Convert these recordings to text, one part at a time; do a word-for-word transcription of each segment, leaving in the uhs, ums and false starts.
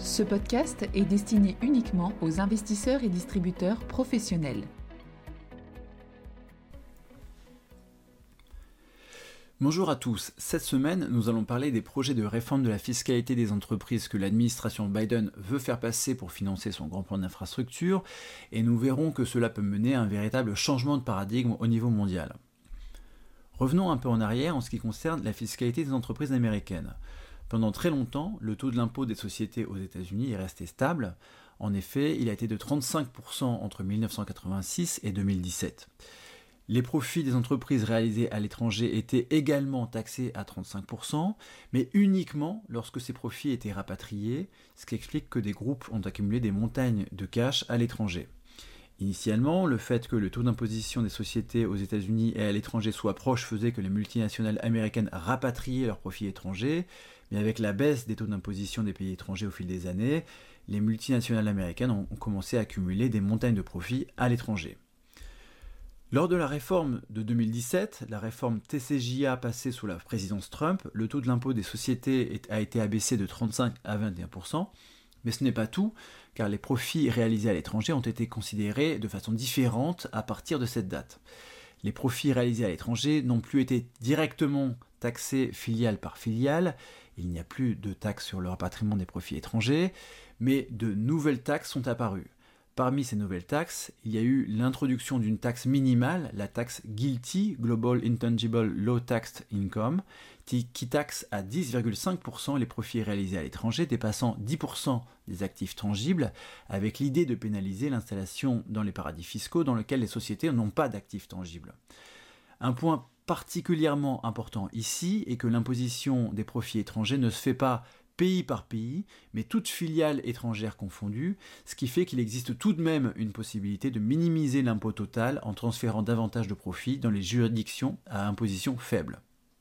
Ce podcast est destiné uniquement aux investisseurs et distributeurs professionnels. Bonjour à tous, cette semaine nous allons parler des projets de réforme de la fiscalité des entreprises que l'administration Biden veut faire passer pour financer son grand plan d'infrastructure et nous verrons que cela peut mener à un véritable changement de paradigme au niveau mondial. Revenons un peu en arrière en ce qui concerne la fiscalité des entreprises américaines. Pendant très longtemps, le taux de l'impôt des sociétés aux États-Unis est resté stable. En effet, il a été de trente-cinq pour cent entre mille neuf cent quatre-vingt-six et deux mille dix-sept. Les profits des entreprises réalisés à l'étranger étaient également taxés à trente-cinq pour cent, mais uniquement lorsque ces profits étaient rapatriés, ce qui explique que des groupes ont accumulé des montagnes de cash à l'étranger. Initialement, le fait que le taux d'imposition des sociétés aux États-Unis et à l'étranger soit proche faisait que les multinationales américaines rapatriaient leurs profits étrangers, mais avec la baisse des taux d'imposition des pays étrangers au fil des années, les multinationales américaines ont commencé à accumuler des montagnes de profits à l'étranger. Lors de la réforme de deux mille dix-sept, la réforme T C J A passée sous la présidence Trump, le taux de l'impôt des sociétés a été abaissé de trente-cinq à vingt et un pour cent, mais ce n'est pas tout, car les profits réalisés à l'étranger ont été considérés de façon différente à partir de cette date. Les profits réalisés à l'étranger n'ont plus été directement taxés filiale par filiale, il n'y a plus de taxes sur le rapatriement des profits étrangers, mais de nouvelles taxes sont apparues. Parmi ces nouvelles taxes, il y a eu l'introduction d'une taxe minimale, la taxe GILTI, Global Intangible Low Taxed Income, qui taxe à dix virgule cinq pour cent les profits réalisés à l'étranger, dépassant dix pour cent des actifs tangibles, avec l'idée de pénaliser l'installation dans les paradis fiscaux dans lesquels les sociétés n'ont pas d'actifs tangibles. Un point particulièrement important ici est que l'imposition des profits étrangers ne se fait pas pays par pays, mais toutes filiales étrangères confondues, ce qui fait qu'il existe tout de même une possibilité de minimiser l'impôt total en transférant davantage de profits dans les juridictions à imposition faible.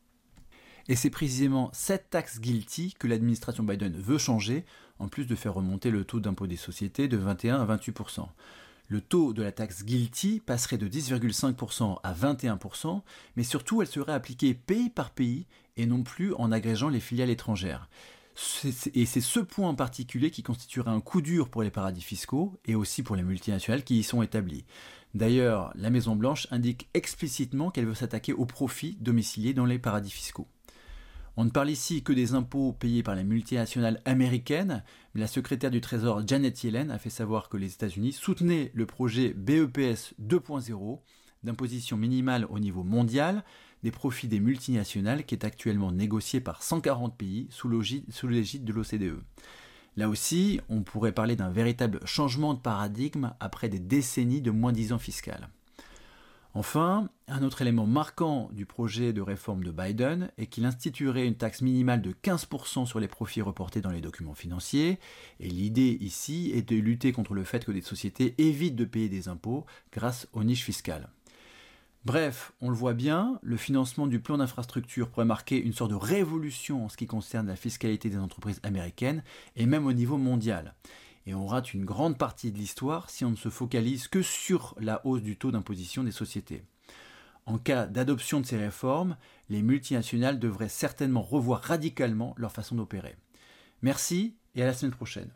Et c'est précisément cette taxe GILTI que l'administration Biden veut changer, en plus de faire remonter le taux d'impôt des sociétés de vingt et un à vingt-huit pour cent. Le taux de la taxe GILTI passerait de dix virgule cinq pour cent à vingt et un pour cent, mais surtout elle serait appliquée pays par pays et non plus en agrégeant les filiales étrangères. Et c'est ce point en particulier qui constituerait un coup dur pour les paradis fiscaux et aussi pour les multinationales qui y sont établies. D'ailleurs, la Maison-Blanche indique explicitement qu'elle veut s'attaquer aux profits domiciliés dans les paradis fiscaux. On ne parle ici que des impôts payés par les multinationales américaines, mais la secrétaire du Trésor Janet Yellen a fait savoir que les États-Unis soutenaient le projet B E P S deux point zéro d'imposition minimale au niveau mondial des profits des multinationales qui est actuellement négocié par cent quarante pays sous l'égide de l'O C D E. Là aussi, on pourrait parler d'un véritable changement de paradigme après des décennies de moins-disant fiscal. Enfin, un autre élément marquant du projet de réforme de Biden est qu'il instituerait une taxe minimale de quinze pour cent sur les profits reportés dans les documents financiers, et l'idée ici est de lutter contre le fait que des sociétés évitent de payer des impôts grâce aux niches fiscales. Bref, on le voit bien, le financement du plan d'infrastructure pourrait marquer une sorte de révolution en ce qui concerne la fiscalité des entreprises américaines et même au niveau mondial. Et on rate une grande partie de l'histoire si on ne se focalise que sur la hausse du taux d'imposition des sociétés. En cas d'adoption de ces réformes, les multinationales devraient certainement revoir radicalement leur façon d'opérer. Merci et à la semaine prochaine.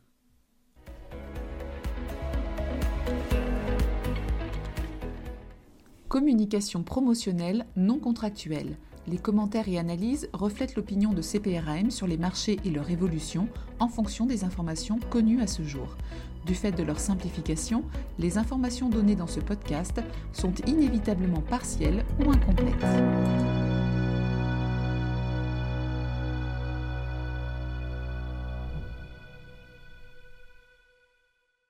Communication promotionnelle non contractuelle. Les commentaires et analyses reflètent l'opinion de C P R A M sur les marchés et leur évolution en fonction des informations connues à ce jour. Du fait de leur simplification, les informations données dans ce podcast sont inévitablement partielles ou incomplètes.